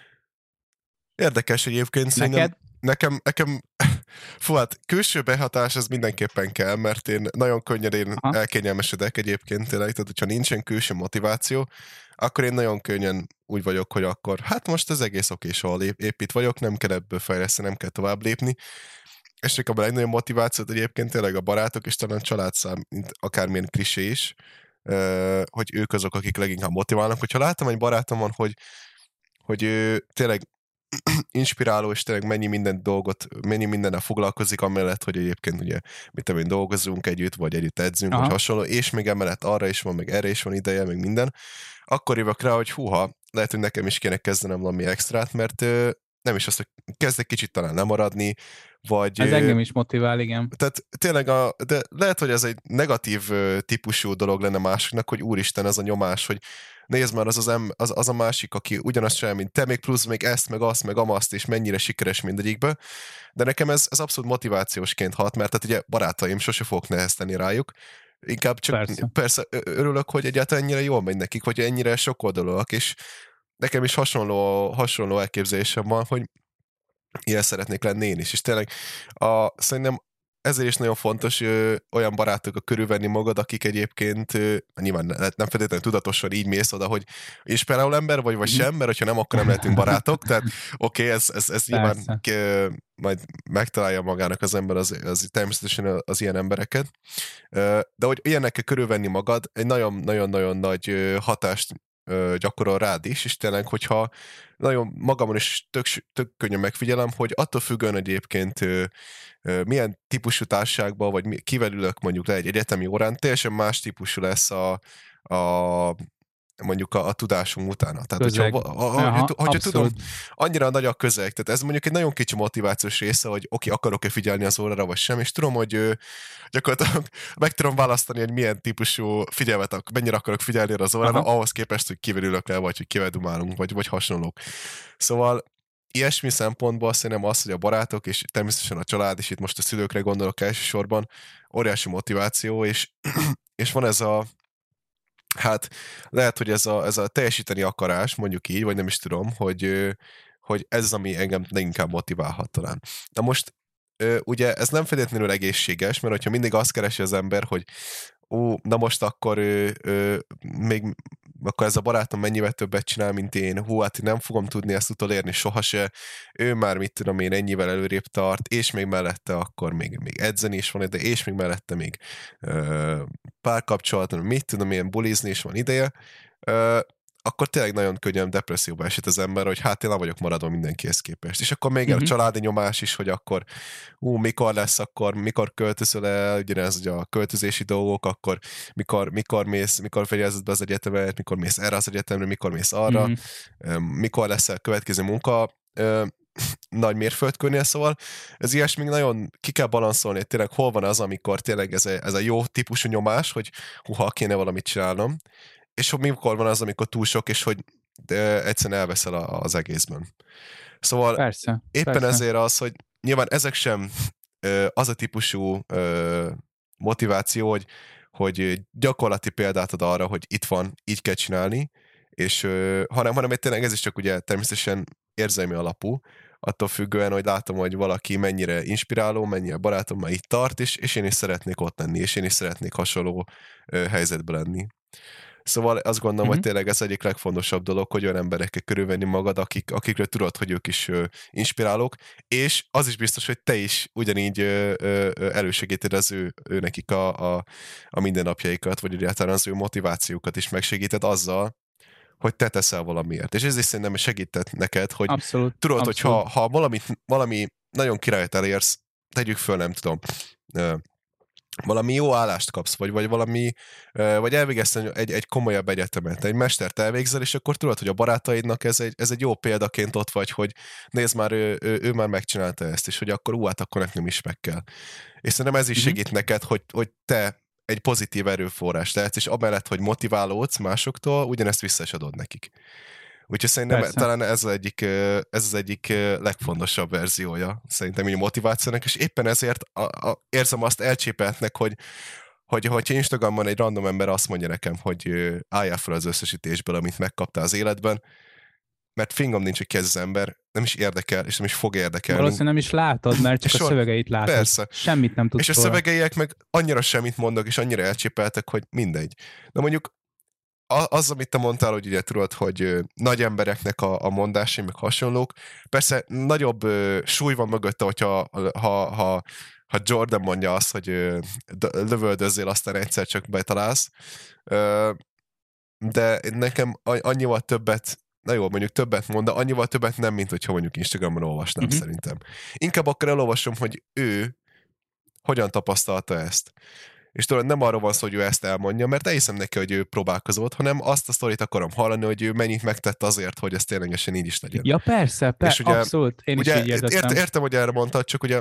Érdekes egyébként, szerintem nekem, nekem fú, hát külső behatás az mindenképpen kell, mert én nagyon könnyedén Aha. elkényelmesedek egyébként tényleg, tehát hogyha nincsen külső motiváció, akkor én nagyon könnyen úgy vagyok, hogy akkor hát most az egész okés, ahol épp itt vagyok, nem kell ebből fejleszteni, nem kell tovább lépni. És nekem a legnagyobb motivációt egyébként tényleg a barátok, és talán családszám, mint akármilyen klisé is, hogy ők azok, akik leginkább motiválnak. Hogyha látom egy barátomon, hogy, hogy ő tényleg inspiráló, és tényleg mennyi minden dolgot, mennyi mindennel foglalkozik, amellett, hogy egyébként ugye, mit tudom én, dolgozunk együtt, vagy együtt edzünk, Aha. vagy hasonló, és még emellett arra is van, meg erre is van ideje, meg minden, akkor jövök rá, hogy húha, lehet, hogy nekem is kéne kezdenem valami extrát, mert nem is azt, hogy kezdek kicsit talán lemaradni, vagy... Ez engem is motivál, igen. Tehát tényleg, a, de lehet, hogy ez egy negatív típusú dolog lenne másoknak, hogy úristen, ez a nyomás, hogy nézd már, az, az, em, az, az a másik, aki ugyanazt csinál, mint te, még plusz még ezt, meg azt, meg amaszt, és mennyire sikeres mindegyikbe. De nekem ez, ez abszolút motivációsként hat, mert tehát ugye barátaim, sose fogok nehezteni rájuk. Inkább csak persze. persze örülök, hogy egyáltalán ennyire jól megy nekik, hogy ennyire sokoldalúak, és nekem is hasonló, hasonló elképzelésem van, hogy ilyen szeretnék lenni én is. És tényleg a, szerintem ezért is nagyon fontos ö, olyan barátokkal körülvenni magad, akik egyébként ö, nyilván nem feltétlenül tudatosan így mész oda, hogy inspiráló ember vagy, vagy sem, mert hogyha nem, akkor nem lehetünk barátok. Tehát oké, okay, ez, ez, ez nyilván ö, majd megtalálja magának az ember az, az természetesen az ilyen embereket. Ö, de hogy ilyenekkel körülvenni magad, egy nagyon-nagyon-nagyon nagy ö, hatást gyakorol rád is, és tényleg, hogyha nagyon magamon is tök, tök könnyen megfigyelem, hogy attól függően egyébként ö, ö, milyen típusú társaságban, vagy mi, kivel ülök mondjuk le egy egyetemi órán, teljesen más típusú lesz a, a mondjuk a, a tudásunk utána. Tehát, közeg. hogyha, a, a, Aha, hogyha tudom, annyira nagy a közeg, tehát ez mondjuk egy nagyon kicsi motivációs része, hogy oké, akarok-e figyelni az órára, vagy sem, és tudom, hogy ő, gyakorlatilag meg tudom választani, hogy milyen típusú figyelmet, mennyire akarok figyelni az órára, Aha. ahhoz képest, hogy kivel ülök le, vagy hogy kivel dumálunk, vagy, vagy hasonlók. Szóval ilyesmi szempontból szerintem az, hogy a barátok, és természetesen a család, és itt most a szülőkre gondolok elsősorban, óriási motiváció, és, és van ez a hát lehet, hogy ez a, ez a teljesíteni akarás, mondjuk így, vagy nem is tudom, hogy, hogy ez az, ami engem leginkább motiválhat talán. Na most ugye ez nem feltétlenül egészséges, mert hogyha mindig azt keresi az ember, hogy ó, na most akkor ő, ő, még akkor ez a barátom mennyivel többet csinál, mint én, hú, hát én nem fogom tudni ezt utolérni sohasem, ő már mit tudom én ennyivel előrébb tart, és még mellette akkor még, még edzeni is van, de és még mellette még ö, párkapcsolat, mit tudom én, bulizni is van ideje, ö, akkor tényleg nagyon könnyen depresszióba esett az ember, hogy hát én nem vagyok maradva mindenkihez képest. És akkor még uh-huh. a családi nyomás is, hogy akkor ú, mikor lesz, akkor mikor költözöl el, ugyanez ugye a költözési dolgok, akkor mikor, mikor mész, mikor fejezed be az egyetemet, mikor mész erre az egyetemre, mikor mész arra, uh-huh. mikor lesz a következő munka, nagy mérföldkőnél, szóval ez ilyesmi nagyon ki kell balanszolni, hogy tényleg hol van az, amikor tényleg ez a, ez a jó típusú nyomás, hogy húha, kéne valamit csinálnom, és hogy mikor van az, amikor túl sok, és hogy egyszerűen elveszel az egészben. Szóval persze, éppen persze. ezért az, hogy nyilván ezek sem az a típusú motiváció, hogy, hogy gyakorlati példát ad arra, hogy itt van, így kell csinálni, és, hanem, hanem tényleg ez is csak ugye természetesen érzelmi alapú, attól függően, hogy látom, hogy valaki mennyire inspiráló, mennyire barátom már itt tart, és, és én is szeretnék ott lenni, és én is szeretnék hasonló helyzetben lenni. Szóval azt gondolom, uh-huh. hogy Uh-huh. tényleg ez egyik legfontosabb dolog, hogy olyan emberekkel körülvenni magad, akik, akikről tudod, hogy ők is ö, inspirálók, és az is biztos, hogy te is ugyanígy ö, ö, elősegíted az ő, ő nekik a, a, a mindennapjaikat, vagy egyáltalán az ő motivációkat is megsegíted azzal, hogy te teszel valamiért. És ez is szerintem segített neked, hogy abszolút, tudod, abszolút. hogy ha, ha valamit, valami nagyon királyt elérsz, tegyük föl, nem tudom, ö, valami jó állást kapsz, vagy, vagy valami, vagy elvégeztél egy, egy komolyabb egyetemet, egy mestert elvégzel, és akkor tudod, hogy a barátaidnak ez egy, ez egy jó példaként ott vagy, hogy nézd már, ő, ő, ő már megcsinálta ezt, és hogy akkor ú, hát akkor nekem is meg kell. És szerintem ez is Uh-huh. segít neked, hogy, hogy te egy pozitív erőforrás lehetsz, és amellett, hogy motiválódsz másoktól, ugyanezt vissza is adod nekik. Úgyhogy szerintem Persze. talán ez az egyik, ez az egyik legfontosabb verziója szerintem így a motivációnak, és éppen ezért a, a, érzem azt elcsépeltnek, hogy hogy hogyha Instagramon egy random ember azt mondja nekem, hogy álljál fel az összesítésből, amit megkaptál az életben, mert fingom nincs, hogy kezd az ember, nem is érdekel, és nem is fog érdekelni. Valószínűleg nem is látod, mert csak a so, szövegeit látod. Persze. Semmit nem tudsz. És a szövegeiek meg annyira semmit mondok, és annyira elcsépeltek, hogy mindegy. De mondjuk az, amit te mondtál, hogy ugye tudod, hogy ö, nagy embereknek a, a mondásai, meg hasonlók, persze nagyobb ö, súly van mögötte, hogyha ha, ha, ha Jordan mondja azt, hogy ö, lövöldözzél, aztán egyszer csak betalálsz, ö, de nekem annyival többet, na jó, mondjuk többet mond, de annyival többet nem, mint hogyha mondjuk Instagramon olvasnám uh-huh. szerintem. Inkább akkor elolvasom, hogy ő hogyan tapasztalta ezt. És tudod, nem arról van szó, hogy ő ezt elmondja, mert elhiszem neki, hogy ő próbálkozott, hanem azt a sztorit akarom hallani, hogy ő mennyit megtett azért, hogy ez ténylegesen így is legyen. Ja persze, persze, ugye, abszolút, én ugye, is így értettem. Ért, értem, hogy erre mondtad, csak ugye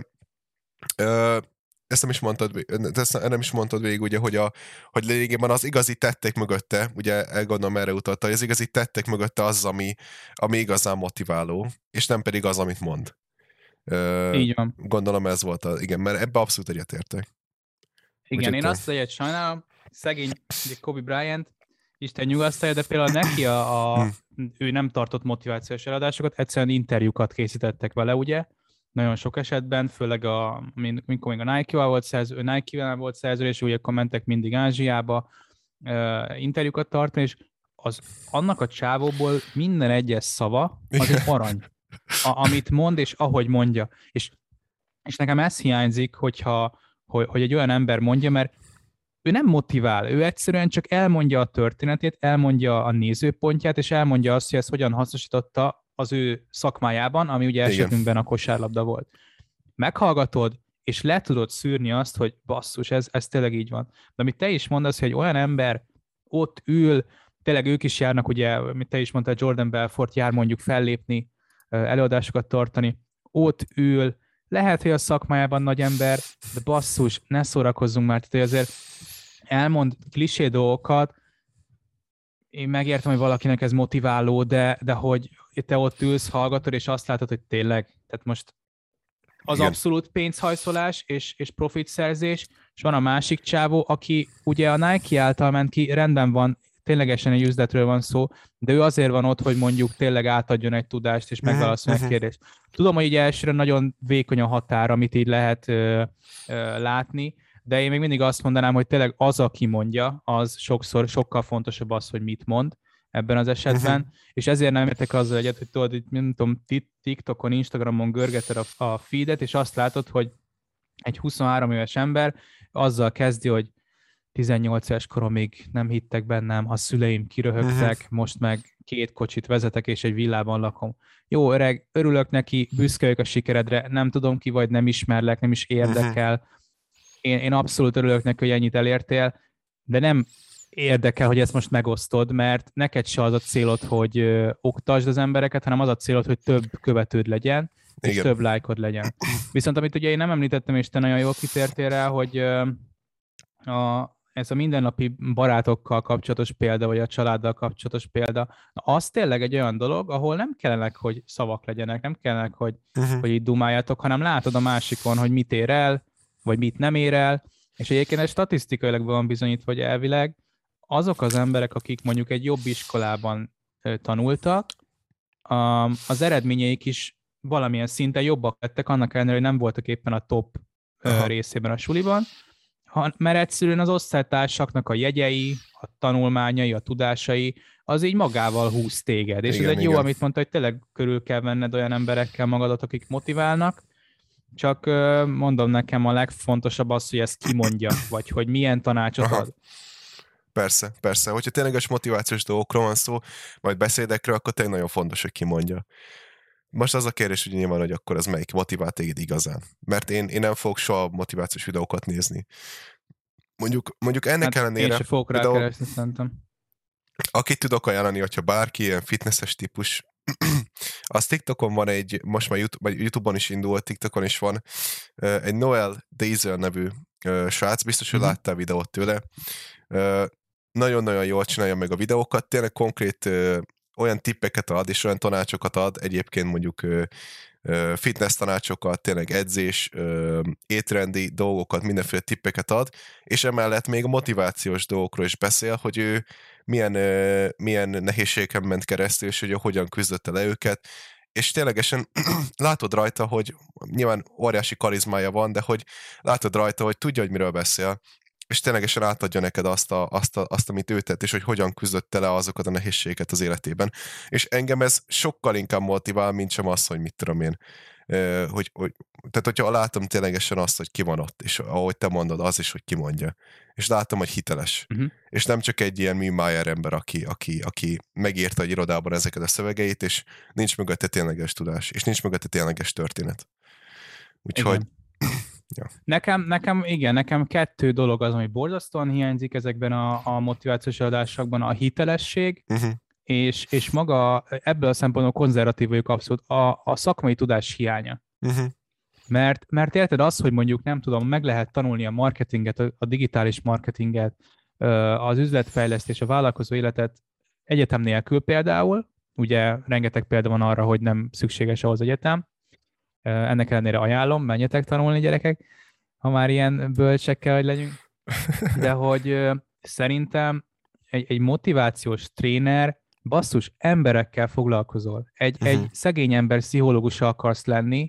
ö, ezt nem is mondtad, ezt nem is mondtad végig, ugye, hogy, a, hogy lényegében az igazi tettek mögötte, ugye elgondolom erre utalta, hogy az igazi tettek mögötte az, ami, ami igazán motiváló, és nem pedig az, amit mond. Ö, így van. Gondolom ez volt, a, igen, mert ebbe abszolút egyetértek. Igen, Úgy én azt egyet sajnálom, szegény ugye Kobe Bryant, Isten nyugasztalja, de például neki a, a ő nem tartott motivációs eladásokat, egyszerűen interjúkat készítettek vele, ugye, nagyon sok esetben, főleg a, amikor még a Nike-val volt szerző, Nike-vel volt szerző, és ugye kommentek mindig Ázsiába uh, interjúkat tartani, és az, annak a csávóból minden egyes szava az egy arany, a, amit mond, és ahogy mondja. És, és nekem ez hiányzik, hogyha Hogy, hogy egy olyan ember mondja, mert ő nem motivál, ő egyszerűen csak elmondja a történetét, elmondja a nézőpontját, és elmondja azt, hogy ezt hogyan hasznosította az ő szakmájában, ami ugye esetünkben a kosárlabda volt. Meghallgatod, és le tudod szűrni azt, hogy basszus, ez, ez tényleg így van. De amit te is mondasz, hogy egy olyan ember ott ül, tényleg ők is járnak, ugye, amit te is mondtál, Jordan Belfort jár mondjuk fellépni, előadásokat tartani, ott ül, lehet, hogy a szakmájában nagy ember, de basszus, ne szórakozzunk már, tehát azért elmond klisé dolgokat, én megértem, hogy valakinek ez motiváló, de, de hogy te ott ülsz, hallgatod, és azt látod, hogy tényleg, tehát most az Igen. abszolút pénzhajszolás és, és profitszerzés, és van a másik csávó, aki ugye a Nike által ment ki, rendben van, ténylegesen egy üzletről van szó, de ő azért van ott, hogy mondjuk tényleg átadjon egy tudást, és megválaszoljon egy kérdést. Tudom, hogy így elsőre nagyon vékony a határ, amit így lehet ö, ö, látni, de én még mindig azt mondanám, hogy tényleg az, aki mondja, az sokszor sokkal fontosabb az, hogy mit mond ebben az esetben, uh-huh. és ezért nem értek azzal egyet, hogy tudod, hogy nem tudom, TikTokon, Instagramon görgeted a, a feedet, és azt látod, hogy egy huszonhárom éves ember azzal kezdi, hogy tizennyolc éves koromig nem hittek bennem, a szüleim kiröhögtek, uh-huh. most meg két kocsit vezetek, és egy villában lakom. Jó, öreg, örülök neki, büszke vagyok a sikeredre, nem tudom ki vagy, nem ismerlek, nem is érdekel. Uh-huh. Én, én abszolút örülök neki, hogy ennyit elértél, de nem érdekel, hogy ezt most megosztod, mert neked se az a célod, hogy ö, oktasd az embereket, hanem az a célod, hogy több követőd legyen, és Igen. több lájkod legyen. Viszont amit ugye én nem említettem, és te nagyon jól kitértél rá, hogy ö, a ez a mindennapi barátokkal kapcsolatos példa, vagy a családdal kapcsolatos példa, na, az tényleg egy olyan dolog, ahol nem kellenek, hogy szavak legyenek, nem kellenek, hogy, uh-huh. hogy így dumáljátok, hanem látod a másikon, hogy mit ér el, vagy mit nem ér el, és egyébként egy statisztikailag van bizonyítva, hogy elvileg azok az emberek, akik mondjuk egy jobb iskolában tanultak, az eredményeik is valamilyen szinten jobbak lettek, annak ellenére, hogy nem voltak éppen a top Aha. részében a suliban, ha, mert egyszerűen az osztálytársaknak a jegyei, a tanulmányai, a tudásai, az így magával húz téged. És Igen, ez egy jó, igen. amit mondta, hogy tényleg körül kell venned olyan emberekkel magadat, akik motiválnak, csak mondom, nekem a legfontosabb az, hogy ezt kimondja, vagy hogy milyen tanácsot Aha. ad. Persze, persze. Hogyha tényleges motivációs dolgokról van szó, majd beszédekről, akkor tényleg nagyon fontos, hogy kimondja. Most az a kérdés, hogy nyilván, hogy akkor az melyik motivál téged igazán. Mert én, én nem fogok soha motivációs videókat nézni. Mondjuk, mondjuk ennek Hát ellenére... én se fogok rá például, keresni, szerintem. akit tudok ajánlani, hogyha bárki ilyen fitnesses típus, az TikTokon van egy, most már YouTube, vagy YouTube-on is indult, TikTokon is van, egy Noel Dazer nevű srác, biztos, hogy Uh-huh. láttál videót tőle. Nagyon-nagyon jól csinálja meg a videókat, tényleg konkrét olyan tippeket ad, és olyan tanácsokat ad, egyébként mondjuk fitness tanácsokat, tényleg edzés, étrendi dolgokat, mindenféle tippeket ad, és emellett még a motivációs dolgokról is beszél, hogy ő milyen, milyen nehézségeken ment keresztül, és hogy hogyan küzdötte le őket, és ténylegesen látod rajta, hogy nyilván óriási karizmája van, de hogy látod rajta, hogy tudja, hogy miről beszél, és ténylegesen átadja neked azt, a, azt, a, azt, amit ő tett, és hogy hogyan küzdötte le azokat a nehézségeket az életében. És engem ez sokkal inkább motivál, mint sem az, hogy mit tudom én. Hogy, hogy, tehát, hogyha látom ténylegesen azt, hogy ki van ott, és ahogy te mondod, az is, hogy ki mondja. És látom, hogy hiteles. Uh-huh. És nem csak egy ilyen Mimaier ember, aki, aki, aki megírta egy irodában ezeket a szövegeit, és nincs mögötte tényleges tudás, és nincs mögötte tényleges történet. Úgyhogy... Ja. Nekem, nekem, igen, nekem kettő dolog az, ami borzasztóan hiányzik ezekben a, a motivációs adásokban, a hitelesség, uh-huh. és, és maga ebből a szempontból konzervatív vagyok abszolút, a, a szakmai tudás hiánya. Uh-huh. Mert, mert érted az, hogy mondjuk nem tudom, meg lehet tanulni a marketinget, a digitális marketinget, az üzletfejlesztés, a vállalkozó életet egyetem nélkül például, ugye rengeteg példa van arra, hogy nem szükséges ahhoz egyetem, ennek ellenére ajánlom, menjetek tanulni, gyerekek, ha már ilyen bölcsek kell, hogy legyünk. De hogy szerintem egy, egy motivációs tréner, basszus, emberekkel foglalkozol. Egy, uh-huh. egy szegény ember pszichológusa akarsz lenni,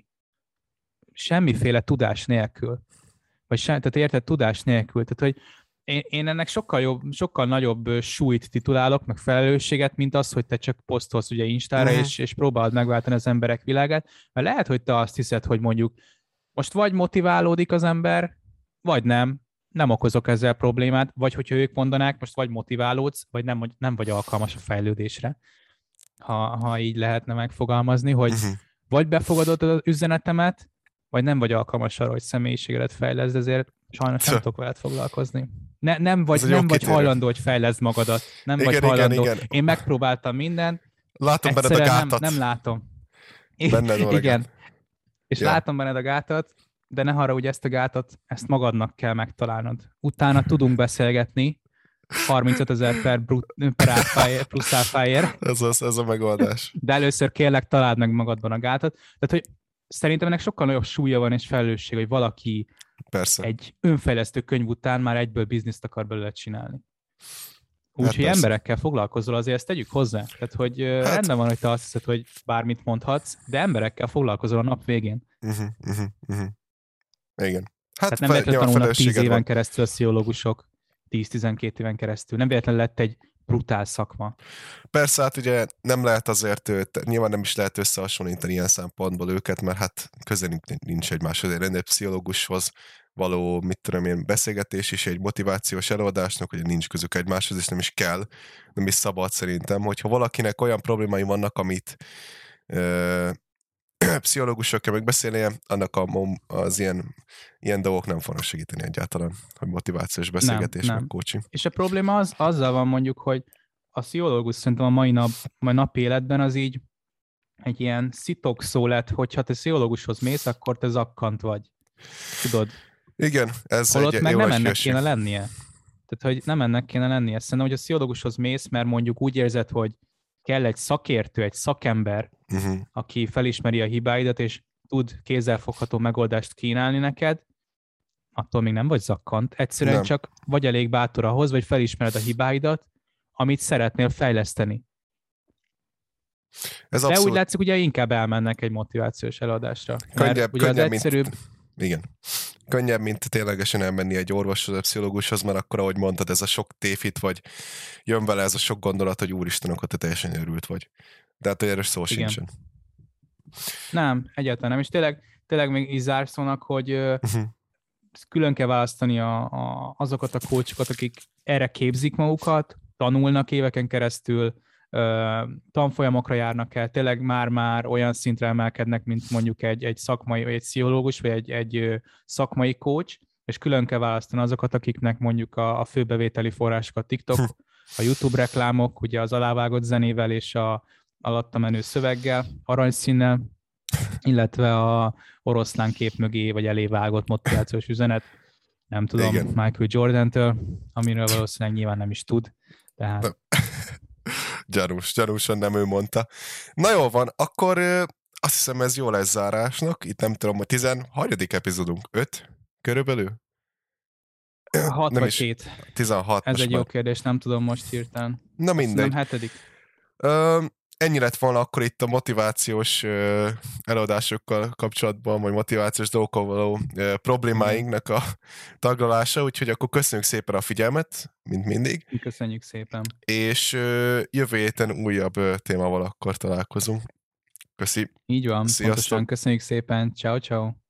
semmiféle tudás nélkül. Vagy sem, tehát érted, tudás nélkül. Tehát, hogy én, én ennek sokkal, jobb, sokkal nagyobb súlyt titulálok, meg felelősséget, mint az, hogy te csak posztolsz ugye Instára, uh-huh. és, és próbálod megváltani az emberek világát, mert lehet, hogy te azt hiszed, hogy mondjuk most vagy motiválódik az ember, vagy nem, nem okozok ezzel problémát, vagy hogyha ők mondanák, most vagy motiválódsz, vagy nem, nem vagy alkalmas a fejlődésre, ha, ha így lehetne megfogalmazni, hogy uh-huh. vagy befogadod az üzenetemet, vagy nem vagy alkalmas arra, hogy személyiségedet fejleszd, ezért sajnos nem tudok veled foglalkozni. Ne, nem vagy, nem vagy hajlandó, hogy fejleszd magadat. Nem igen, vagy hajlandó. Igen, igen. Én megpróbáltam mindent. Látom benned a gátat. Nem, nem látom. Benned van igen. És ja. látom benned a gátat, de ne haragudj, ezt a gátat, ezt magadnak kell megtalálnod. Utána tudunk beszélgetni, harmincötezer per, per árfáért, plusz árfáért. Ez, az, ez a megoldás. De először kérlek, találd meg magadban a gátat. Tehát, hogy szerintem ennek sokkal nagyobb súlya van és felelősség, hogy valaki Persze. egy önfejlesztő könyv után már egyből bizniszt akar belőle csinálni. Úgyhogy hát emberekkel foglalkozol, azért ezt tegyük hozzá. Tehát, hogy hát. rendben van, hogy te azt hiszed, hogy bármit mondhatsz, de emberekkel foglalkozol a nap végén. Uh-huh, uh-huh, uh-huh. Igen. Hát Tehát nem véletlenül tanulnak tíz éven van. keresztül a pszichológusok, tíz-tizenkét éven keresztül. Nem véletlenül lett egy brutál szakma. Persze, hát ugye nem lehet azért, nyilván nem is lehet összehasonlítani ilyen szempontból őket, mert hát közelünk nincs egymáshoz. Egy pszichológushoz való, mit tudom én, beszélgetés is egy motivációs előadásnak, hogy nincs közük egymáshoz, és nem is kell, nem is szabad szerintem, hogyha valakinek olyan problémái vannak, amit ö, pszichológusokkal megbeszélnie, annak a, az ilyen, ilyen dolgok nem fognak segíteni egyáltalán, hogy motivációs beszélgetés, nem, meg coaching. És a probléma az, azzal van mondjuk, hogy a pszichológus szerintem a mai nap, mai nap életben az így egy ilyen szitok szó lett, hogyha te pszichológushoz mész, akkor te zakkant vagy. Tudod? Igen, ez Holott egy meg jó nem ennek esélyesség. kéne lennie. Tehát, hogy nem ennek kéne lennie. Szerintem, hogy a pszichológushoz mész, mert mondjuk úgy érzed, hogy kell egy szakértő, egy szakember, uh-huh. aki felismeri a hibáidat, és tud kézzelfogható megoldást kínálni neked, attól még nem vagy zakkant. Egyszerűen nem. Csak vagy elég bátor ahhoz, vagy felismered a hibáidat, amit szeretnél fejleszteni. Ez De abszolút... úgy látszik, ugye inkább elmennek egy motivációs előadásra. Könnyebb, ugye könnyebb, az egyszerűbb... Mint... Igen. könnyebb, mint ténylegesen elmenni egy orvoshoz, egy pszichológushoz, mert akkor, ahogy mondtad, ez a sok tévhit, vagy jön vele ez a sok gondolat, hogy úristen, akkor te teljesen őrült vagy. De hát erről szó Igen. sincsen. Nem, egyáltalán nem. És tényleg, tényleg még így zárszónak, hogy uh-huh. külön kell választani a, a, azokat a coachokat, akik erre képzik magukat, tanulnak éveken keresztül, uh, tanfolyamokra járnak el, tényleg már-már olyan szintre emelkednek, mint mondjuk egy, egy szakmai, vagy egy pszichológus, vagy egy, egy szakmai coach, és külön kell választani azokat, akiknek mondjuk a, a főbevételi források a TikTok, a YouTube reklámok, ugye az alávágott zenével és a alatta menő szöveggel, aranyszínnel, illetve a oroszlán kép mögé, vagy elé vágott motivációs üzenet, nem tudom, igen. Michael Jordan-től, amiről valószínűleg nyilván nem is tud. Tehát... Gyanús, gyanúsan nem ő mondta. Na jó van, akkor azt hiszem ez jó lesz zárásnak. Itt nem tudom, hogy tizenharmadik epizódunk, öt körülbelül? hat nem vagy hét. tizenhat. Ez egy jó már. Kérdés, nem tudom most hirtelen. Na mindegy. Nem hetedik. Ö, ennyi lett volna akkor itt a motivációs ö, eladásokkal kapcsolatban, vagy motivációs dolgokkal való ö, problémáinknak a taglalása, úgyhogy akkor köszönjük szépen a figyelmet, mint mindig. Köszönjük szépen. És ö, jövő héten újabb ö, témával akkor találkozunk. Köszi. Így van, Sziasztok. pontosan. Köszönjük szépen. Ciao, ciao.